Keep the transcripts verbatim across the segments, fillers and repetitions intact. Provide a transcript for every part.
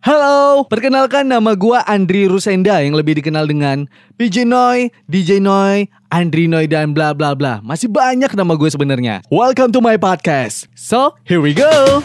Halo, perkenalkan nama gua Andri Rusenda yang lebih dikenal dengan P J Noy, D J Noy, Andri Noy dan bla bla bla. Masih banyak nama gue sebenarnya. Welcome to my podcast. So, here we go.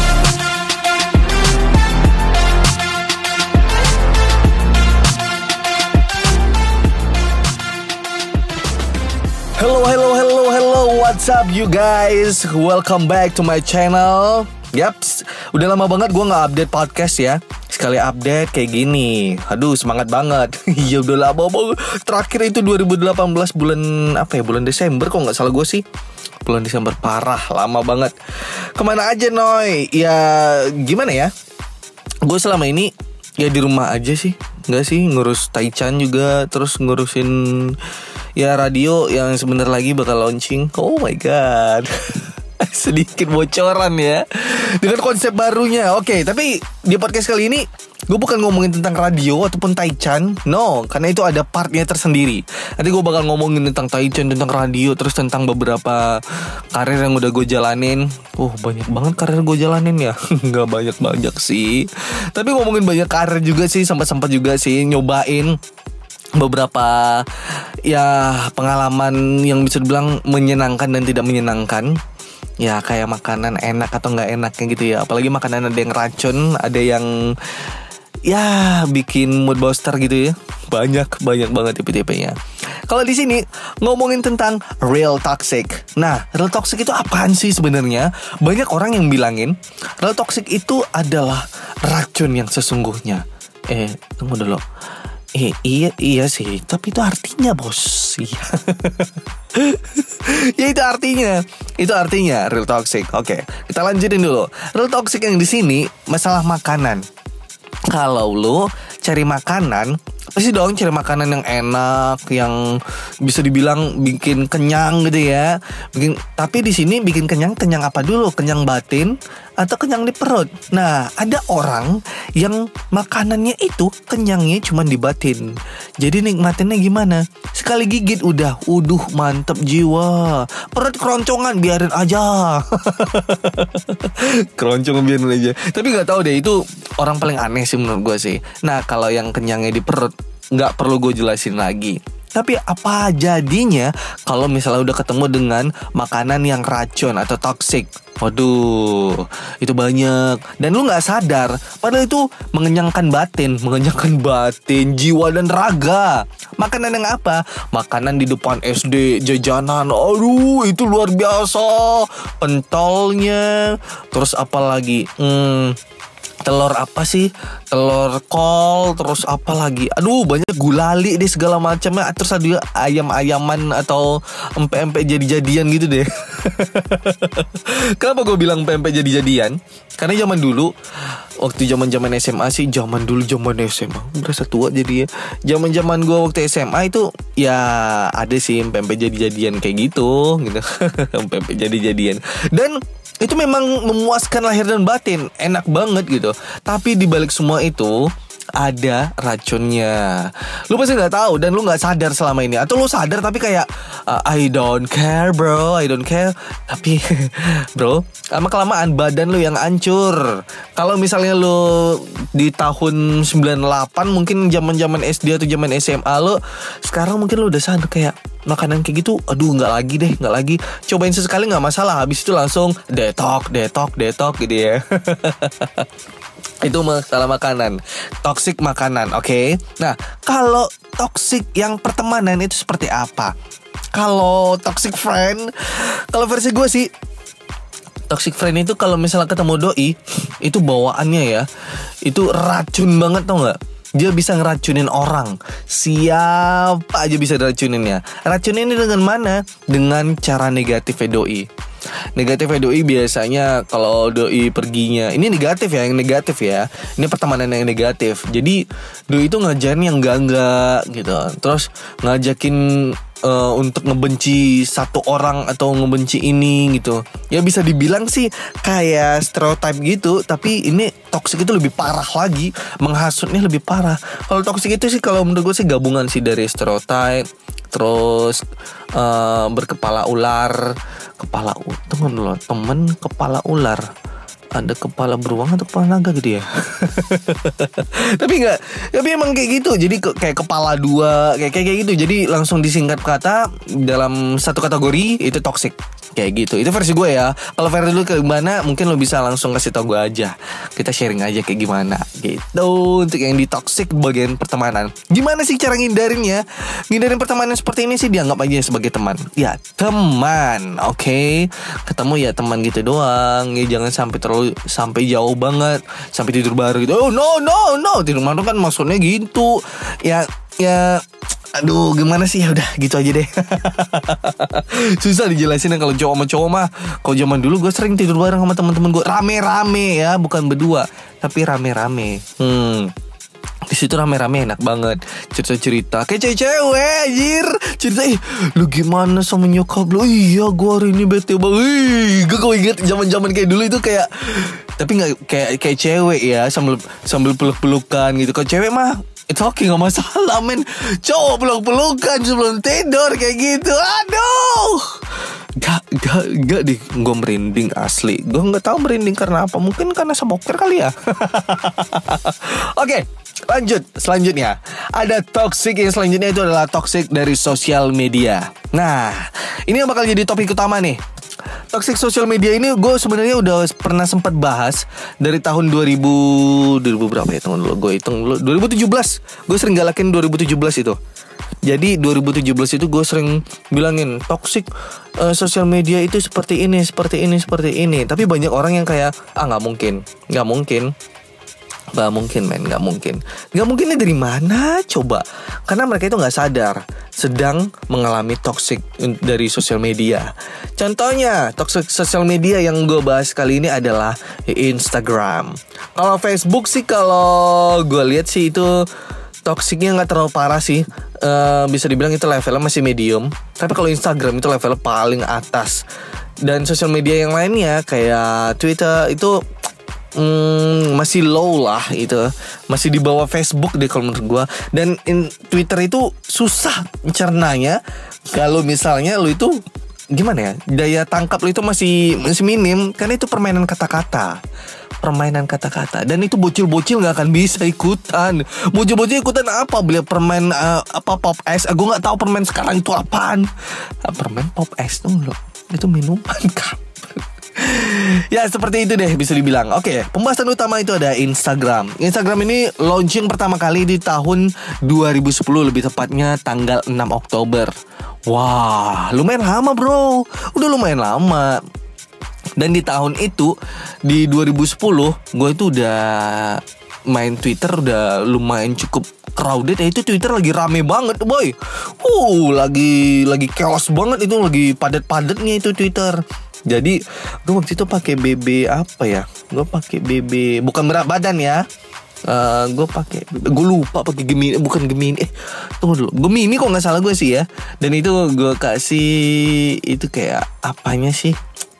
Hello, hello, hello, hello. What's up you guys? Welcome back to my channel. Yaps, udah lama banget gue gak update podcast ya. Sekali update kayak gini, aduh semangat banget. Ya udah lama banget. Terakhir itu dua ribu delapan belas bulan apa ya, bulan Desember kok gak salah gue sih. Bulan Desember, parah, lama banget. Kemana aja Noy? Ya gimana ya, gue selama ini ya di rumah aja sih. Gak sih, ngurus Taichan juga. Terus ngurusin ya radio yang sebentar lagi bakal launching. Oh my god. Sedikit bocoran ya dengan konsep barunya. Oke, okay, tapi di podcast kali ini gue bukan ngomongin tentang radio ataupun Taichan. No, karena itu ada partnya tersendiri. Nanti gue bakal ngomongin tentang Taichan, tentang radio, terus tentang beberapa karir yang udah gue jalanin. Oh, banyak banget karir gue jalanin ya. Gak banyak-banyak sih, tapi ngomongin banyak karir juga sih. Sempat-sempat juga sih nyobain beberapa ya pengalaman yang bisa dibilang menyenangkan dan tidak menyenangkan. Ya kayak makanan enak atau gak enaknya gitu ya. Apalagi makanan ada yang racun, ada yang ya bikin mood booster gitu ya. Banyak, banyak banget tipe-tipenya. Kalau di sini ngomongin tentang real toxic. Nah, real toxic itu apaan sih sebenarnya? Banyak orang yang bilangin real toxic itu adalah racun yang sesungguhnya. Eh, tunggu dulu. Eh, iya, iya sih, tapi itu artinya bos. Iya. Ya itu artinya, itu artinya real toxic. Oke, kita lanjutin dulu. Real toxic yang di sini masalah makanan. Kalau lu cari makanan, pasti dong cari makanan yang enak, yang bisa dibilang bikin kenyang gitu ya. Bikin, tapi di sini bikin kenyang, kenyang apa dulu? Kenyang batin atau kenyang di perut? Nah, ada orang yang makanannya itu kenyangnya cuma di batin. Jadi nikmatinnya gimana? Sekali gigit udah, uduh mantep jiwa. Perut keroncongan biarin aja. Keroncongan biarin aja. Tapi nggak tahu deh, itu orang paling aneh sih menurut gue sih. Nah, kalau yang kenyangnya di perut nggak perlu gue jelasin lagi. Tapi apa jadinya kalau misalnya udah ketemu dengan makanan yang racun atau toxic? Waduh, itu banyak. Dan lu gak sadar, padahal itu mengenyangkan batin. Mengenyangkan batin, jiwa dan raga. Makanan yang apa? Makanan di depan S D, jajanan. Aduh, itu luar biasa. Pentolnya. Terus apa lagi? Hmm... Telur apa sih? Telur kol. Terus apa lagi? Aduh, banyak gulali deh segala macamnya. Terus ada ayam-ayaman atau empe-empe jadi-jadian gitu deh. Kenapa gue bilang empe-empe jadi-jadian? Karena zaman dulu, waktu zaman-zaman S M A sih, zaman dulu zaman S M A, berasa tua jadi ya. Zaman-zaman gue waktu S M A itu ya ada sih empe-empe jadi-jadian kayak gitu, gitu. Empe-empe jadi-jadian. Dan itu memang memuaskan lahir dan batin, enak banget gitu. Tapi dibalik semua itu ada racunnya. Lu pasti nggak tahu dan lu nggak sadar selama ini. Atau lu sadar tapi kayak uh, I don't care bro, I don't care. Tapi bro, lama kelamaan badan lu yang hancur. Kalau misalnya lu di tahun sembilan puluh delapan mungkin zaman-zaman S D atau zaman S M A lu, sekarang mungkin lu udah sadar kayak makanan kayak gitu, aduh nggak lagi deh, nggak lagi. Cobain sesekali nggak masalah. Habis itu langsung detox, detox, detox gitu ya. Itu masalah makanan, toxic makanan, oke? Okay? Nah, kalau toxic yang pertemanan itu seperti apa? Kalau toxic friend, kalau versi gue sih, toxic friend itu kalau misalnya ketemu doi, itu bawaannya ya, itu racun banget, tau nggak? Dia bisa ngeracunin orang. Siapa aja bisa diracunin ya. Racunin ini dengan mana? Dengan cara negatif doi. Negatif doi biasanya kalau doi perginya, ini negatif ya, yang negatif ya. Ini pertemanan yang negatif. Jadi doi itu ngajarin yang enggak-enggak gitu. Terus ngajakin uh, untuk ngebenci satu orang atau ngebenci ini gitu. Ya bisa dibilang sih kayak stereotype gitu, tapi ini toxic itu lebih parah lagi, menghasutnya lebih parah. Kalau toxic itu sih kalau menurut gue sih gabungan sih dari stereotype, terus uh, berkepala ular, kepala tunggu dulu, temen kepala ular. ada kepala beruang atau kepala naga gitu ya. Tapi enggak, tapi emang kayak gitu. Jadi ke, kayak kepala dua, kayak kayak gitu. Jadi langsung disingkat kata dalam satu kategori itu toxic. Kayak gitu. Itu versi gue ya. Kalau versi lu kayak gimana, mungkin lo bisa langsung kasih tau gue aja. Kita sharing aja kayak gimana gitu. Untuk yang di toxic bagian pertemanan, gimana sih cara ngindarinnya? Ngindarin pertemanan seperti ini sih dianggap aja sebagai teman. Ya teman, oke okay? Ketemu ya teman gitu doang. Ya jangan sampai terlalu sampai jauh banget, sampai tidur bareng gitu. Oh no no no, tidur bareng kan maksudnya gitu. Ya ya aduh gimana sih, ya udah gitu aja deh. Susah dijelasin kalau cowok sama cowok mah. Kalau zaman dulu gue sering tidur bareng sama teman-teman gue rame-rame ya, bukan berdua tapi rame-rame. Hmm di situ rame-rame enak banget, cerita-cerita kayak cewek-cewek anjir. Cerita, ih lu gimana sama nyokap lu? Iya gue hari ini bete banget. Ih, gue kok inget zaman-zaman kayak dulu itu kayak, tapi nggak kayak kayak cewek ya, sambil sambil peluk-pelukan gitu. Kalau cewek mah it's okay, gak masalah men. Cowok peluk-pelukan sebelum tidur kayak gitu, aduh. Gak, gak, gak deh. Gue merinding asli. Gue gak tahu merinding karena apa. Mungkin karena smoker kali ya. Oke, lanjut. Selanjutnya ada toxic. Yang selanjutnya itu adalah toxic dari sosial media. Nah, ini yang bakal jadi topik utama nih. Toxic social media ini gue sebenarnya udah pernah sempat bahas dari tahun dua ribu dua ribu berapa ya, tunggu dulu gue hitung dulu. dua ribu tujuh belas gue sering galakin dua ribu tujuh belas itu. Jadi dua ribu tujuh belas itu gue sering bilangin toxic uh, sosial media itu seperti ini, seperti ini, seperti ini. Tapi banyak orang yang kayak ah nggak mungkin, nggak mungkin. Gak mungkin men, gak mungkin. Gak mungkinnya dari mana coba? Karena mereka itu gak sadar sedang mengalami toxic dari sosial media. Contohnya toxic sosial media yang gue bahas kali ini adalah Instagram. Kalau Facebook sih, kalau gue lihat sih itu toxicnya gak terlalu parah sih. uh, Bisa dibilang itu levelnya masih medium. Tapi kalau Instagram itu levelnya paling atas. Dan sosial media yang lainnya kayak Twitter itu Hmm, masih low lah itu, masih di bawah Facebook deh kalau menurut gue. Dan in, Twitter itu susah cernanya. Kalau misalnya lu itu gimana ya, daya tangkap lu itu masih masih minim. Karena itu permainan kata-kata, permainan kata-kata. Dan itu bocil-bocil gak akan bisa ikutan. Bocil-bocil ikutan apa? Beli permen uh, apa pop es. Gue gak tahu permen sekarang itu apaan. uh, Permen pop es tuh loh, itu minuman kan. Ya seperti itu deh bisa dibilang. Oke, pembahasan utama itu ada Instagram. Instagram ini launching pertama kali di tahun dua ribu sepuluh, lebih tepatnya tanggal enam Oktober. Wah, lumayan lama bro. Udah lumayan lama. Dan di tahun itu, di dua ribu sepuluh, gue itu udah main Twitter udah lumayan cukup crowded ya. Itu Twitter lagi rame banget boy. Uh, lagi lagi chaos banget itu, lagi padat-padatnya itu Twitter. Jadi gue waktu itu pakai B B apa ya? Gue pakai B B bukan berat badan ya. Uh, gue pakai, gue lupa pakai Gemini, bukan Gemini. Eh, tunggu dulu. Gemini kok nggak salah gue sih ya. Dan itu gue kasih itu kayak apanya sih?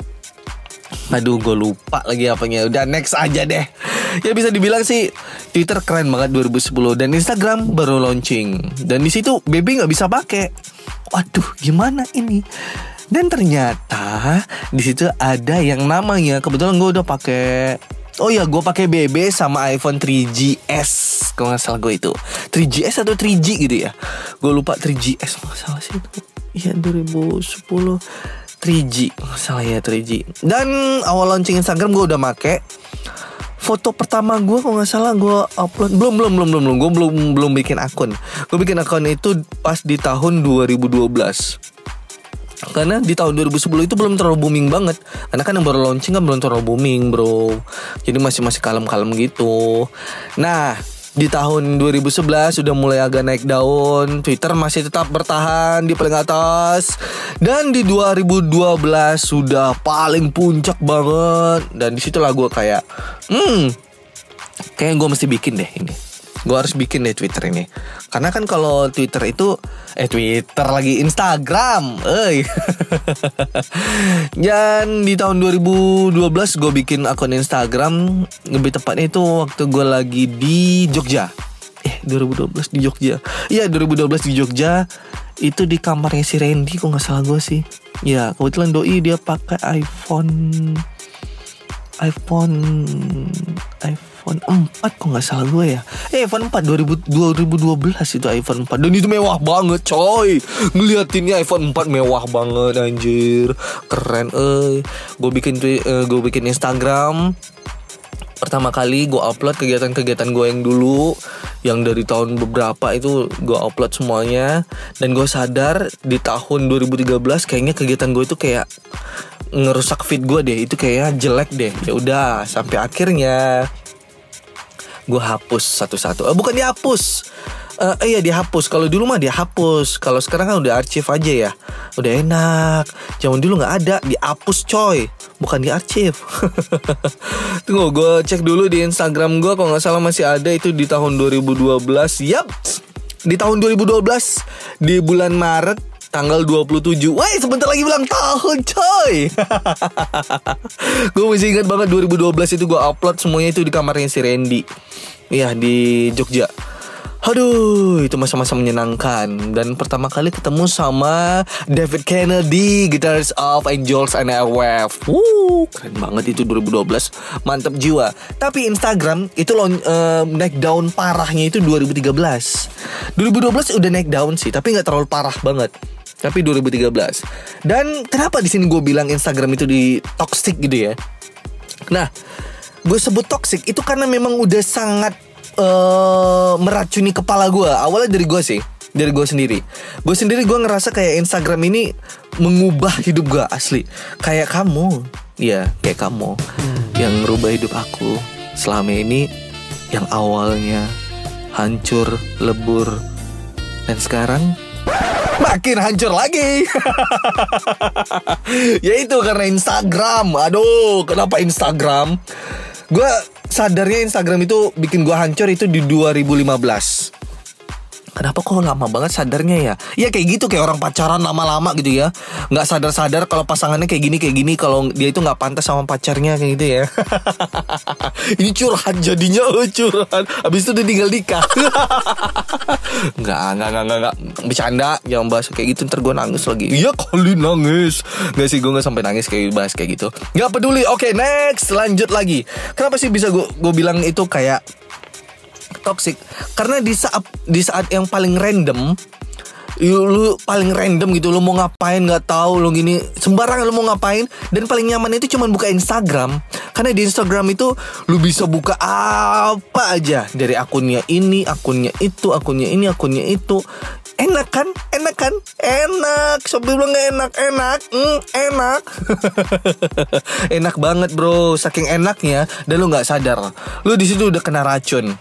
Aduh, gue lupa lagi apanya. Udah next aja deh. Ya bisa dibilang sih Twitter keren banget dua ribu sepuluh dan Instagram baru launching. Dan di situ B B nggak bisa pakai. Waduh, gimana ini? Dan ternyata di situ ada yang namanya, kebetulan gue udah pakai, oh ya gue pakai B B sama iPhone tiga G S kalau nggak salah gue itu tiga G S atau tiga G gitu ya. Gue lupa tiga G S nggak salah sih itu. Iya dua ribu sepuluh tiga G nggak salah ya tiga G. Dan awal launching Instagram gue udah pakai. Foto pertama gue kalau nggak salah gue upload belum belum belum belum belum gue belum belum bikin akun. Gue bikin akun itu pas di tahun dua ribu dua belas. Karena di tahun dua ribu sepuluh itu belum terlalu booming banget. Karena kan yang baru launching kan belum terlalu booming bro. Jadi masih-masih kalem-kalem gitu. Nah di tahun dua ribu sebelas sudah mulai agak naik daun. Twitter masih tetap bertahan di paling atas. Dan di dua ribu dua belas sudah paling puncak banget. Dan disitulah gue kayak Hmm kayaknya gue mesti bikin deh ini. Gue harus bikin deh Twitter ini. Karena kan kalau Twitter itu Eh Twitter lagi Instagram eh. Dan di tahun dua ribu dua belas gue bikin akun Instagram. Lebih tepatnya itu waktu gue lagi di Jogja. Eh dua ribu dua belas di Jogja. Iya dua ribu dua belas di Jogja. Itu di kamarnya si Randy kok gak salah gue sih. Ya kebetulan doi dia pakai iPhone iPhone iPhone empat kok gak salah gue ya. Eh iPhone empat dua ribu dua belas itu iPhone empat. Dan itu mewah banget coy. Ngeliatinnya iPhone empat mewah banget anjir. Keren eh. Gue bikin uh, gue bikin Instagram. Pertama kali gue upload kegiatan-kegiatan gue yang dulu, yang dari tahun beberapa itu gue upload semuanya. Dan gue sadar di tahun dua ribu tiga belas kayaknya kegiatan gue itu kayak ngerusak feed gue deh. Itu kayaknya jelek deh. Ya udah sampai akhirnya gue hapus satu-satu. Eh, bukan dihapus. Uh, iya dihapus. Kalau dulu mah dihapus. Kalau sekarang kan udah arsip aja ya. Udah enak. Zaman dulu nggak ada, dihapus coy. Bukan diarsip. Tunggu, gue cek dulu di Instagram gue. Kalau nggak salah masih ada itu di tahun dua ribu dua belas. Yap, di tahun dua ribu dua belas di bulan Maret tanggal dua puluh tujuh. Wah, sebentar lagi ulang tahun coy. Gue masih ingat banget dua ribu dua belas itu gue upload semuanya itu di kamarnya si Randy. Iya, di Jogja. Aduh, itu masa-masa menyenangkan. Dan pertama kali ketemu sama David Kennedy, Guitars of Angels and Airwave. Wuh, keren banget itu dua ribu dua belas. Mantap jiwa. Tapi Instagram itu lo, uh, naik down parahnya itu dua ribu tiga belas. dua ribu dua belas udah naik down sih, tapi gak terlalu parah banget. Tapi dua ribu tiga belas. Dan kenapa di sini gue bilang Instagram itu di toxic gitu ya? Nah, gue sebut toxic itu karena memang udah sangat Uh, meracuni kepala gue. Awalnya dari gue sih, dari gue sendiri. Gue sendiri gue ngerasa kayak Instagram ini mengubah hidup gue asli. Kayak kamu, ya kayak kamu hmm. yang merubah hidup aku selama ini. Yang awalnya hancur, lebur, dan sekarang makin hancur lagi. Yaitu karena Instagram. Aduh, kenapa Instagram? Gue sadarnya Instagram itu bikin gue hancur itu di dua ribu lima belas. Kenapa kok lama banget sadarnya ya? Ya kayak gitu, kayak orang pacaran lama-lama gitu ya. Gak sadar-sadar kalau pasangannya kayak gini, kayak gini. Kalau dia itu gak pantas sama pacarnya kayak gitu ya. Ini curhat jadinya, oh curhat. Abis itu dia tinggal nikah. Gak, gak, gak, gak, gak. Bercanda, jangan bahas kayak gitu. Ntar gue nangis lagi. Iya kali nangis. Gak sih, gue gak sampai nangis kayak bahas kayak gitu. Gak peduli. Oke, next, lanjut lagi. Kenapa sih bisa gue gue bilang itu kayak toxic? Karena di saat di saat yang paling random, lu, lu paling random gitu, lu mau ngapain nggak tahu, lu gini sembarangan lu mau ngapain, dan paling nyaman itu cuma buka Instagram. Karena di Instagram itu lu bisa buka apa aja dari akunnya ini, akunnya itu, akunnya ini, akunnya itu. Enak kan? Enak kan? Enak. Sampai bilang gak enak, enak, mm, enak. Enak banget bro, saking enaknya. Dan lu nggak sadar, lu di situ udah kena racun.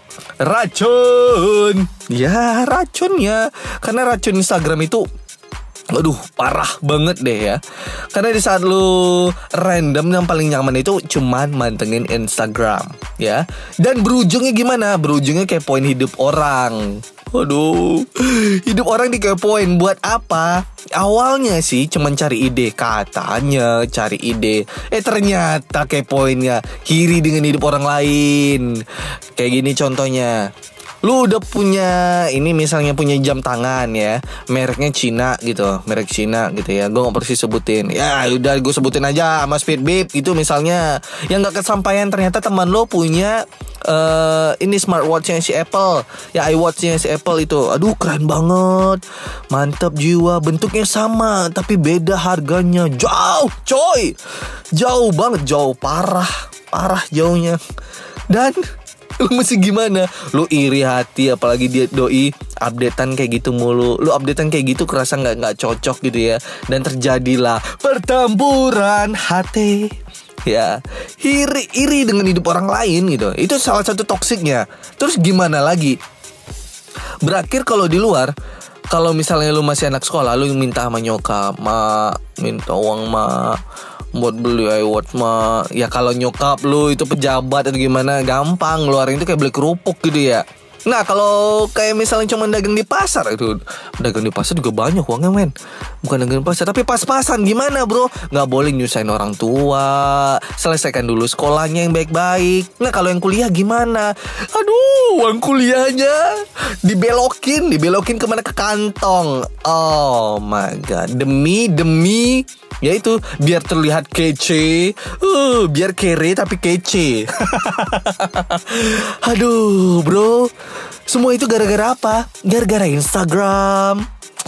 Racun. Ya racunnya. Karena racun Instagram itu, aduh parah banget deh ya. Karena di saat lu random, yang paling nyaman itu cuman mantengin Instagram ya. Dan berujungnya gimana? Berujungnya kepoin hidup orang. Waduh, hidup orang dikepoin buat apa? Awalnya sih cuman cari ide, katanya cari ide. Eh ternyata kepoinnya iri dengan hidup orang lain. Kayak gini contohnya. Lu udah punya ini, misalnya punya jam tangan ya, mereknya Cina gitu, merek Cina gitu ya. Gue gak perlu sebutin. Ya udah gue sebutin aja sama Speedbeep gitu misalnya. Yang gak kesampaian ternyata teman lo punya uh, ini smartwatchnya si Apple, ya iWatchnya si Apple itu. Aduh keren banget, mantap jiwa. Bentuknya sama tapi beda harganya. Jauh coy, jauh banget, jauh parah, parah jauhnya. Dan lu mesti gimana? Lu iri hati, apalagi dia doi updatean kayak gitu mulu. Lu updatean kayak gitu kerasa gak, gak cocok gitu ya. Dan terjadilah pertempuran hati. Ya, iri, iri dengan hidup orang lain gitu. Itu salah satu toksiknya. Terus gimana lagi? Berakhir kalau di luar, kalau misalnya lu masih anak sekolah, lu minta sama nyokap, ma, minta uang ma, buat beli iWatch mah. Ya kalau nyokap lu itu pejabat atau gimana, gampang ngeluarin itu kayak beli kerupuk gitu ya. Nah kalau kayak misalnya cuma dagang di pasar, itu dagang di pasar juga banyak uangnya men. Bukan dagang di pasar tapi pas-pasan gimana bro. Gak boleh nyusahin orang tua. Selesaikan dulu sekolahnya yang baik-baik. Nah kalau yang kuliah gimana? Aduh uang kuliahnya dibelokin. Dibelokin kemana? Ke kantong. Oh my god. Demi Demi yaitu biar terlihat kece, uh, biar kere tapi kece. Aduh bro, semua itu gara-gara apa? Gara-gara Instagram.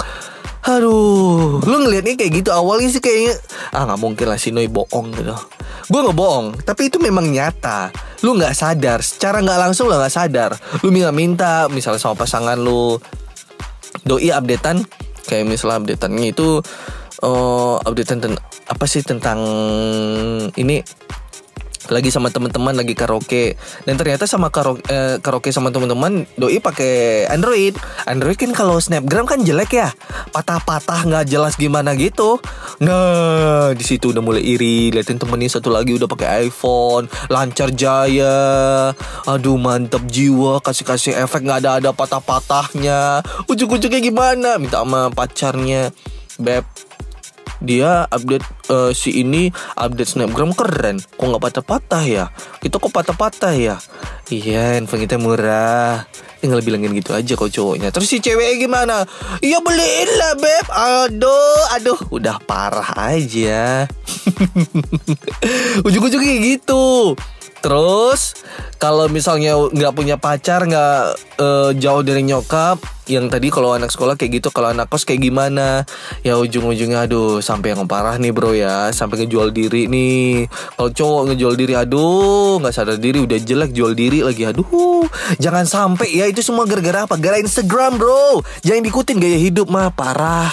Aduh, lu ngeliatnya kayak gitu awalnya sih kayaknya ah nggak mungkin lah si Noi bohong gitu. Gue nggak bohong, tapi itu memang nyata. Lu nggak sadar, secara nggak langsung lu nggak sadar. Lu minta-minta, misalnya sama pasangan lu, doi updatean, kayak misalnya updateannya itu Oh, updatean ten- apa sih tentang ini lagi sama teman-teman lagi karaoke dan ternyata sama karaoke, eh, karaoke sama teman-teman doi pakai Android. Android kan kalau snapgram kan jelek ya, patah-patah nggak jelas gimana gitu. Nah di situ udah mulai iri, liatin temennya satu lagi udah pakai iPhone lancar jaya. Aduh mantap jiwa, kasih-kasih efek nggak ada ada patah-patahnya. Ujung-ujungnya gimana? Minta sama pacarnya, beb, dia update uh, si ini update snapgram keren, kok nggak patah-patah ya? Kita kok patah-patah ya? Iya handphone kita murah, tinggal bilangin gitu aja kok cowoknya. Terus si ceweknya gimana? Iya beliin lah beb. Aduh, aduh, udah parah aja. Ujung-ujungnya kayak gitu. Terus kalau misalnya nggak punya pacar, nggak uh, jauh dari nyokap, yang tadi kalau anak sekolah kayak gitu, kalau anak kos kayak gimana? Ya ujung-ujungnya aduh sampai yang parah nih bro ya, sampai ngejual diri nih. Kalau cowok ngejual diri, aduh nggak sadar diri udah jelek jual diri lagi, aduh. Jangan sampai ya, itu semua gara-gara apa? Gara Instagram bro. Jangan ikutin gaya hidup mah parah.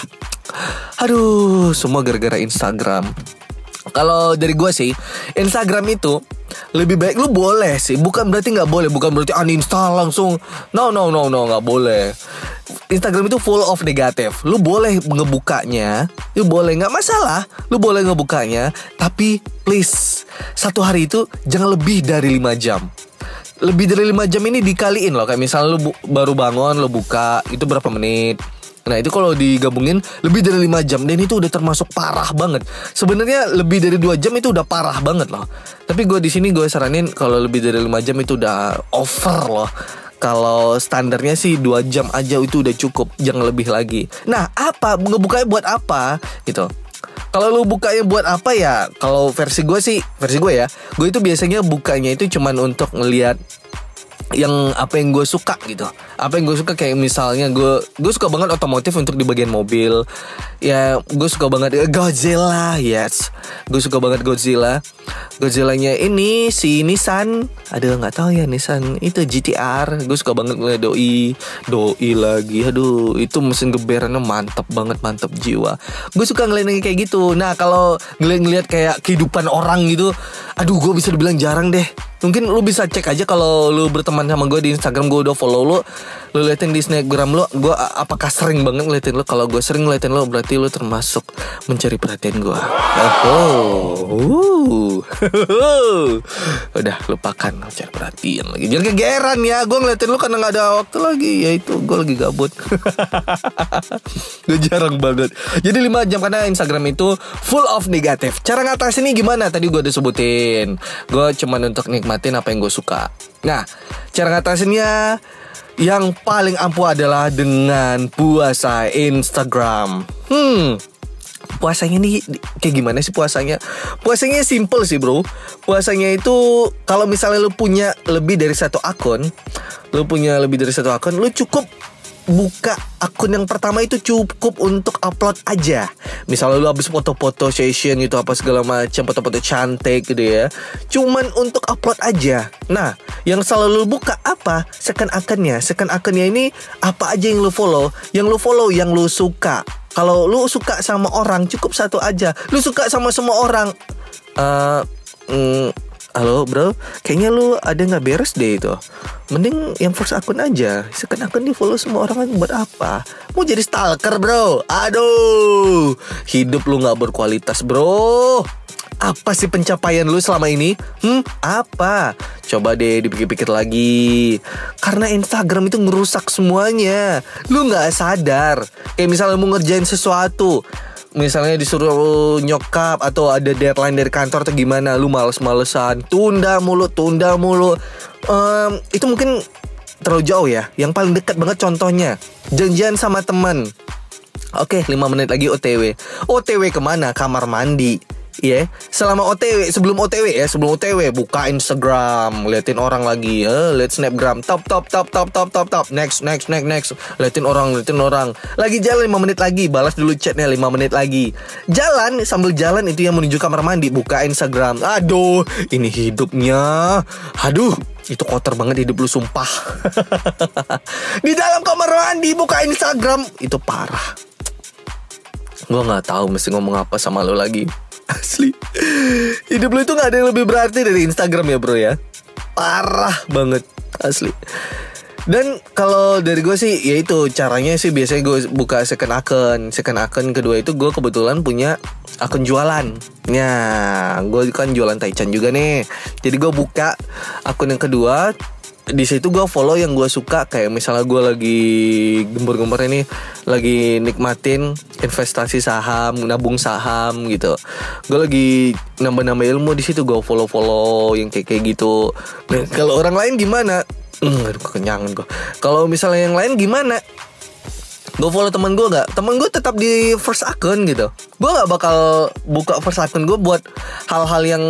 Aduh semua gara-gara Instagram. Kalau dari gue sih, Instagram itu lebih baik lu boleh sih, bukan berarti nggak boleh, bukan berarti uninstall langsung. No no no no nggak boleh. Instagram itu full of negatif. Lu boleh ngebukanya, lu boleh, nggak masalah. Lu boleh ngebukanya, tapi please satu hari itu jangan lebih dari lima jam. Lebih dari lima jam ini dikaliin loh. Kayak misalnya lu bu- baru bangun, lu buka, itu berapa menit? Nah itu kalau digabungin lebih dari lima jam, dan itu udah termasuk parah banget. Sebenarnya lebih dari dua jam itu udah parah banget loh. Tapi gue di sini gue saranin kalau lebih dari lima jam itu udah over loh. Kalau standarnya sih dua jam aja itu udah cukup, jangan lebih lagi. Nah apa, ngebukanya buat apa gitu. Kalau lu bukanya buat apa ya? Kalau versi gue sih, versi gue ya, gue itu biasanya bukanya itu cuman untuk ngelihat yang apa yang gue suka gitu. Apa yang gue suka, kayak misalnya gue gue suka banget otomotif untuk di bagian mobil. Ya gue suka banget Godzilla, yes. Gue suka banget Godzilla. Godzillanya ini si Nissan, aduh nggak tahu ya Nissan itu G T R. Gue suka banget ngeliat doi, doi lagi. Aduh itu mesin geberannya mantep banget, mantep jiwa. Gue suka ngeliat kayak gitu. Nah kalau ngeliat-ngeliat kayak kehidupan orang gitu, aduh gue bisa dibilang jarang deh. Mungkin lu bisa cek aja kalau lu berteman sama gue di Instagram, gue udah follow lu. Lu liatin di Snapgram lu, gue apakah sering banget ngeliatin lu. Kalau gue sering ngeliatin lu, berarti lu termasuk mencari perhatian gue. Oh, udah lupakan mencari perhatian lagi. Jangan kegeran ya, gue ngeliatin lu karena gak ada waktu lagi. Ya itu gue lagi gabut. Gue jarang banget. Jadi lima jam karena Instagram itu full of negatif. Cara ngatasinnya gimana? Tadi gue udah sebutin. Gue cuman untuk nikmatin apa yang gue suka. Nah, cara ngatasinnya yang paling ampuh adalah dengan puasa Instagram. Hmm, puasanya nih kayak gimana sih puasanya? Puasanya simple sih bro. Puasanya itu kalau misalnya lu punya lebih dari satu akun, lu punya lebih dari satu akun, lu cukup buka akun yang pertama itu cukup untuk upload aja. Misalnya lu habis foto-foto session gitu apa segala macam, foto-foto cantik gitu ya, cuman untuk upload aja. Nah, yang selalu lu buka apa? Second akunnya. Second akunnya ini apa aja yang lu follow? Yang lu follow yang lu suka. Kalau lu suka sama orang cukup satu aja. Lu suka sama semua orang, uh, mm, halo bro, kayaknya lu ada gak beres deh itu. Mending yang first akun aja. Second akun di follow semua orang buat apa? Mau jadi stalker bro? Aduh, hidup lu gak berkualitas bro. Apa sih pencapaian lu selama ini? Hmm, apa? Coba deh dipikir-pikir lagi. Karena Instagram itu ngerusak semuanya. Lu gak sadar. Kayak misalnya mau ngerjain sesuatu, misalnya disuruh nyokap atau ada deadline dari kantor atau gimana, lu males-malesan, tunda mulu, tunda mulu. um, Itu mungkin terlalu jauh ya. Yang paling dekat banget contohnya, janjian sama teman. Oke, lima menit lagi O T W. O T W kemana? Kamar mandi. Iya, yeah. Selama O T W, sebelum O T W ya, sebelum O T W buka Instagram, liatin orang lagi, eh, liat Snapgram, top top top top top top top, next next next next, liatin orang, liatin orang. Lagi jalan lima menit lagi, balas dulu chatnya lima menit lagi. Jalan, sambil jalan itu yang menuju kamar mandi, buka Instagram. Aduh, ini hidupnya, aduh. Itu kotor banget hidup lu, sumpah. Di dalam kamar mandi buka Instagram, itu parah. Gue gak tahu mesti ngomong apa sama lu lagi. Asli, hidup lu itu gak ada yang lebih berarti dari Instagram ya bro ya. Parah banget, asli. Dan kalau dari gue sih, ya itu caranya sih biasanya gue buka second account. Second account kedua itu gue kebetulan punya akun jualan. Ya, gue kan jualan Taichan juga nih. Jadi gue buka akun yang kedua. Di situ gue follow yang gue suka. Kayak misalnya gue lagi gembur-gembur ini, lagi nikmatin investasi saham, nabung saham gitu. Gue lagi nambah-nambah ilmu di situ, gue follow-follow yang kayak kayak gitu. Nah, kalau orang lain gimana? Hmm, aduh kekenyangan gue. Kalau misalnya yang lain gimana? Gue follow teman gue gak? Temen gue tetap di first account gitu. Gue gak bakal buka first account gue buat hal-hal yang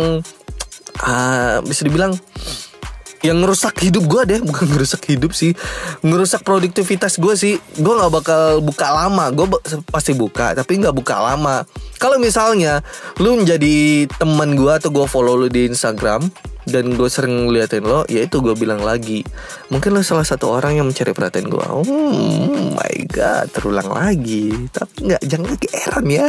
uh, bisa dibilang yang ngerusak hidup gue deh. Bukan ngerusak hidup sih, ngerusak produktivitas gue sih. Gue gak bakal buka lama. Gue b- pasti buka, tapi gak buka lama. Kalau misalnya lu menjadi teman gue atau gue follow lu di Instagram dan gue sering ngeliatin lo, ya itu gue bilang lagi, mungkin lo salah satu orang yang mencari perhatian gue. Oh my god, terulang lagi. Tapi gak, jangan kegeeran ya.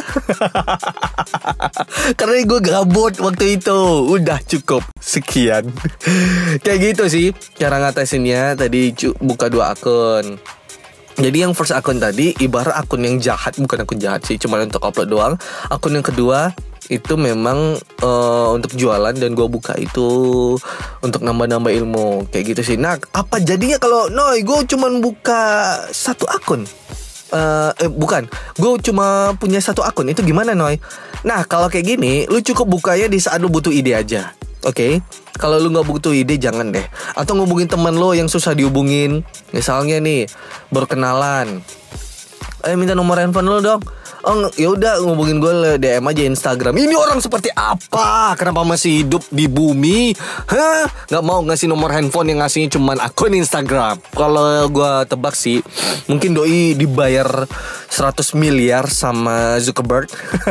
Karena gue gabut waktu itu. Udah cukup, sekian. Kayak gitu sih cara ngatasinnya. Tadi cu- buka dua akun. Jadi yang first akun tadi ibarat akun yang jahat. Bukan akun jahat sih, cuma untuk upload doang. Akun yang kedua itu memang uh, untuk jualan, dan gue buka itu untuk nambah-nambah ilmu. Kayak gitu sih. Nah, apa jadinya kalau Noy gue cuma buka satu akun? Uh, eh bukan, gue cuma punya satu akun. Itu gimana Noy? Nah, kalau kayak gini, lu cukup bukanya di saat lu butuh ide aja. Oke, okay? Kalau lu gak butuh ide, jangan deh. Atau ngubungin teman lo yang susah dihubungin. Misalnya nih, berkenalan, eh minta nomor handphone lo dong. Oh ya udah, ngubungin gue D M aja Instagram. Ini orang seperti apa? Kenapa masih hidup di bumi? Hah? Gak mau ngasih nomor handphone, yang ngasihnya cuman akun Instagram. Kalau gue tebak sih, mungkin doi dibayar seratus miliar sama Zuckerberg.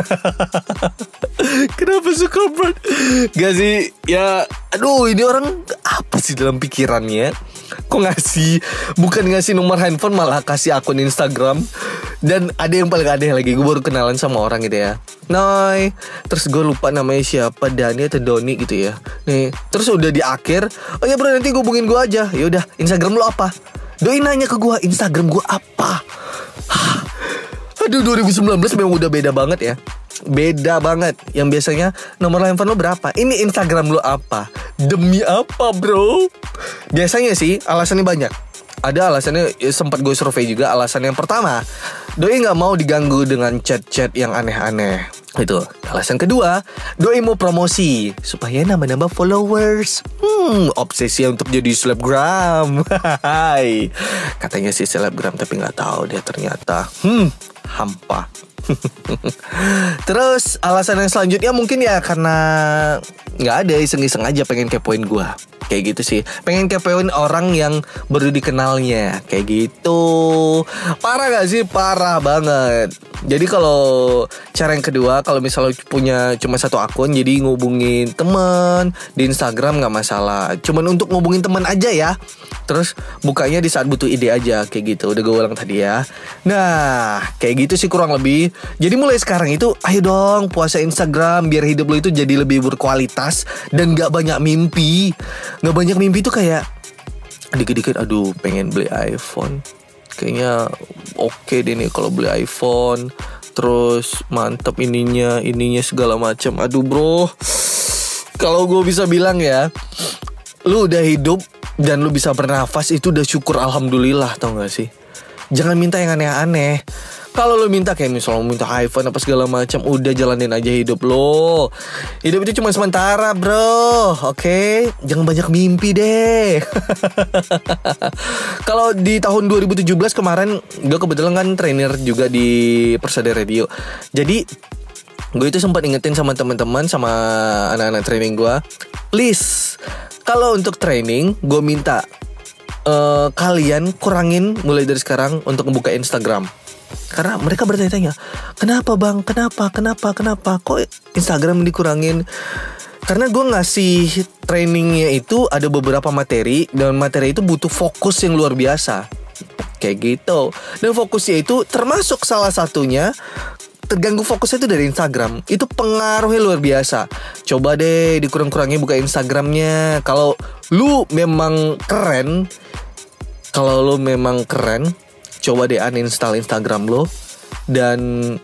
Kenapa Zuckerberg? Gak sih, ya aduh, ini orang apa sih dalam pikirannya? Kok ngasih, bukan ngasih nomor handphone, malah kasih akun Instagram. Dan ada yang paling aneh lagi, gue baru kenalan sama orang gitu ya, Noy, terus gue lupa namanya siapa, Dani atau Doni gitu ya. Nih, terus udah di akhir, oh ya bro nanti gue hubungin gue aja. Ya udah, Instagram lo apa? Doi nanya ke gue, Instagram gue apa? Aduh, dua ribu sembilan belas memang udah beda banget ya. Beda banget. Yang biasanya nomor handphone lo berapa, ini Instagram lo apa? Demi apa bro? Biasanya sih alasannya banyak. Ada alasannya, ya, sempat gue survei juga. Alasan yang pertama, doi gak mau diganggu dengan chat-chat yang aneh-aneh. Itu. Alasan kedua, doi mau promosi supaya nambah-nambah followers. Hmm, obsesi untuk jadi selebgram. Katanya sih selebgram, tapi gak tahu dia ternyata Hmm, hampa. Terus alasan yang selanjutnya mungkin ya karena gak ada, iseng-iseng aja pengen kepoin gue. Kayak gitu sih, pengen kepoin orang yang baru dikenalnya. Kayak gitu. Parah gak sih? Parah banget. Jadi kalau cara yang kedua, kalau misalnya punya cuma satu akun, jadi ngubungin teman di Instagram gak masalah. Cuman untuk ngubungin teman aja ya. Terus bukanya di saat butuh ide aja. Kayak gitu, udah gue ulang tadi ya. Nah, kayak gitu sih kurang lebih. Jadi mulai sekarang itu, ayo dong puasa Instagram, biar hidup lo itu jadi lebih berkualitas dan gak banyak mimpi. Gak banyak mimpi tuh kayak dikit-dikit, aduh pengen beli iPhone, kayaknya oke deh nih kalau beli iPhone. Terus mantep ininya, ininya segala macam. Aduh bro, kalau gue bisa bilang ya, lu udah hidup dan lu bisa bernafas itu udah syukur alhamdulillah, tau gak sih? Jangan minta yang aneh-aneh. Kalau lo minta kayak misalnya minta iPhone apa segala macam, udah jalanin aja hidup lo. Hidup itu cuma sementara bro, oke? Okay? Jangan banyak mimpi deh. Kalau di tahun dua ribu tujuh belas kemarin, gue kebetulan kan trainer juga di Persada Radio. Jadi gue itu sempat ingetin sama teman-teman, sama anak-anak training gue, please, kalau untuk training gue minta uh, kalian kurangin mulai dari sekarang untuk membuka Instagram. Karena mereka bertanya-tanya, kenapa bang, kenapa, kenapa, kenapa, kok Instagram dikurangin? Karena gue ngasih trainingnya itu ada beberapa materi, dan materi itu butuh fokus yang luar biasa, kayak gitu. Dan fokusnya itu termasuk salah satunya, terganggu fokusnya itu dari Instagram. Itu pengaruhnya luar biasa. Coba deh dikurang-kurangin buka Instagramnya. Kalau lu memang keren, Kalau lu memang keren, coba deh uninstall Instagram lo. Dan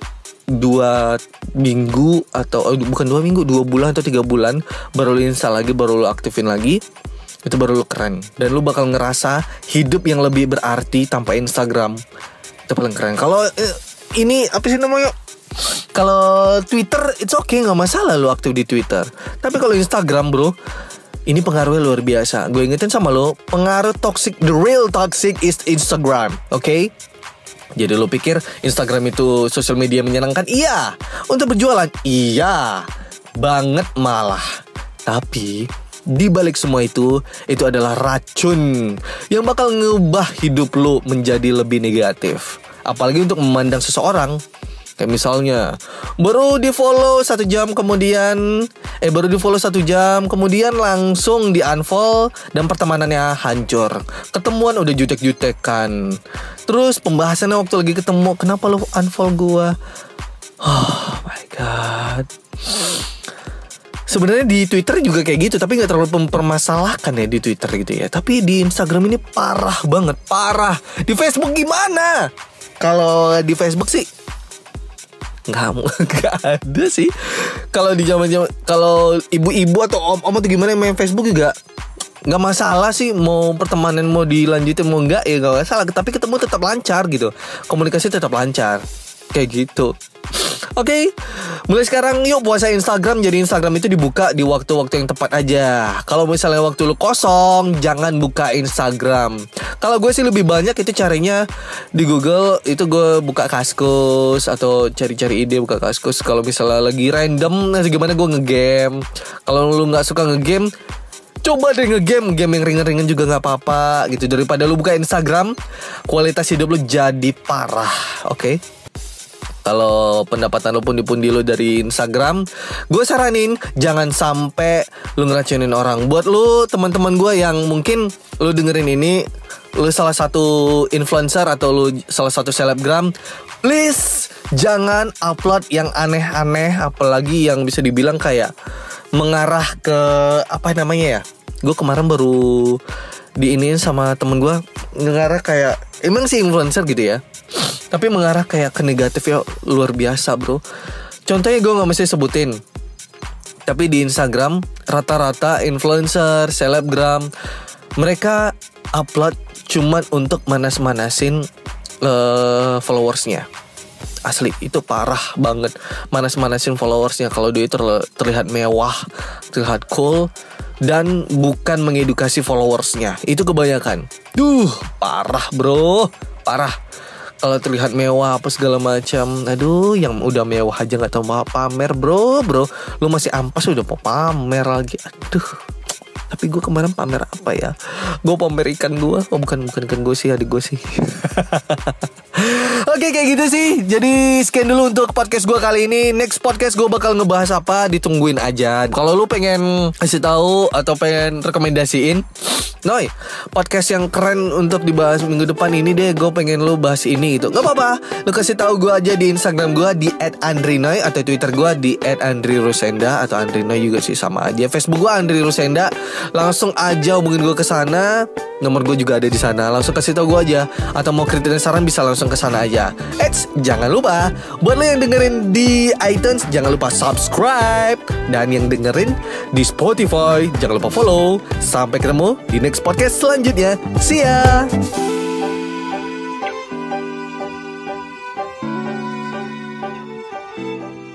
dua minggu atau oh, bukan dua minggu, dua bulan atau tiga bulan baru lu install lagi, baru lu aktifin lagi. Itu baru lu keren. Dan lu bakal ngerasa hidup yang lebih berarti tanpa Instagram. Itu paling keren. Kalau eh, ini apa sih namanya? Kalau Twitter it's okay, gak masalah lu aktif di Twitter. Tapi kalau Instagram bro, ini pengaruhnya luar biasa. Gue ingetin sama lo, pengaruh toxic, the real toxic is Instagram. Oke okay? Jadi lo pikir Instagram itu sosial media menyenangkan? Iya. Untuk berjualan? Iya. Banget malah. Tapi di balik semua itu, itu adalah racun yang bakal ngubah hidup lo menjadi lebih negatif. Apalagi untuk memandang seseorang. Kayak misalnya baru di follow satu jam kemudian Eh baru di follow satu jam kemudian langsung di unfollow, dan pertemanannya hancur. Ketemuan udah jutek-jutekan. Terus pembahasannya waktu lagi ketemu, kenapa lo unfollow gua? Oh my god. Sebenarnya di Twitter juga kayak gitu, tapi gak terlalu mempermasalahkan ya di Twitter gitu ya. Tapi di Instagram ini parah banget, parah. Di Facebook gimana? Kalau di Facebook sih Nggak, nggak ada sih. Kalau di zaman-zaman, kalau ibu-ibu atau om-om atau gimana yang main Facebook juga nggak masalah sih. Mau pertemanan mau dilanjutin mau nggak ya nggak masalah. Tapi ketemu tetap lancar gitu, komunikasi tetap lancar, kayak gitu. Oke, okay, mulai sekarang yuk puasa Instagram. Jadi Instagram itu dibuka di waktu-waktu yang tepat aja. Kalau misalnya waktu lu kosong, jangan buka Instagram. Kalau gue sih lebih banyak itu carinya di Google. Itu gue buka Kaskus atau cari-cari ide buka Kaskus. Kalau misalnya lagi random, nah gimana gue ngegame. Kalau lu gak suka ngegame, coba deh ngegame. Game yang ringan-ringan juga gak apa-apa gitu. Daripada lu buka Instagram, kualitas hidup lu jadi parah. Oke okay? Kalau pendapatan lo pundi-pundi lo dari Instagram, gue saranin jangan sampai lo ngeracunin orang. Buat lo teman-teman gue yang mungkin lo dengerin ini, lo salah satu influencer atau lo salah satu selebgram, please jangan upload yang aneh-aneh, apalagi yang bisa dibilang kayak mengarah ke apa namanya ya. Gue kemarin baru diiniin sama temen gue, mengarah kayak emang sih influencer gitu ya, tapi mengarah kayak ke negatif ya luar biasa bro. Contohnya gue gak mesti sebutin, tapi di Instagram rata-rata influencer, selebgram, mereka upload cuman untuk manas-manasin uh, followersnya. Asli itu parah banget, manas-manasin followersnya. Kalau dia terli- terlihat mewah, terlihat cool, dan bukan mengedukasi followersnya. Itu kebanyakan. Duh parah bro, parah. Kalau terlihat mewah apa segala macam, aduh, yang udah mewah aja nggak tahu mau pamer bro, bro, lu masih ampas udah mau pamer lagi, aduh. Tapi gue kemarin pamer apa ya? Gue pamer ikan gue, oh bukan bukan ikan gue sih, adik gue sih. Oke kayak gitu sih. Jadi sekian dulu untuk podcast gue kali ini. Next podcast gue bakal ngebahas apa, ditungguin aja. Kalau lu pengen kasih tahu atau pengen rekomendasiin, Noy, podcast yang keren untuk dibahas minggu depan ini deh, gue pengen lu bahas ini gitu, gak apa-apa, lu kasih tahu gue aja di Instagram gue di et andrinoy atau Twitter gue di et andrirusenda atau andrinoy juga sih sama aja. Facebook gue Andri Rusenda, langsung aja hubungin gue ke sana. Nomor gue juga ada di sana. Langsung kasih tau gue aja. Atau mau kritik dan saran bisa langsung ke sana aja. Eits, jangan lupa buat lo yang dengerin di iTunes, jangan lupa subscribe. Dan yang dengerin di Spotify, jangan lupa follow. Sampai ketemu di next podcast selanjutnya. See ya.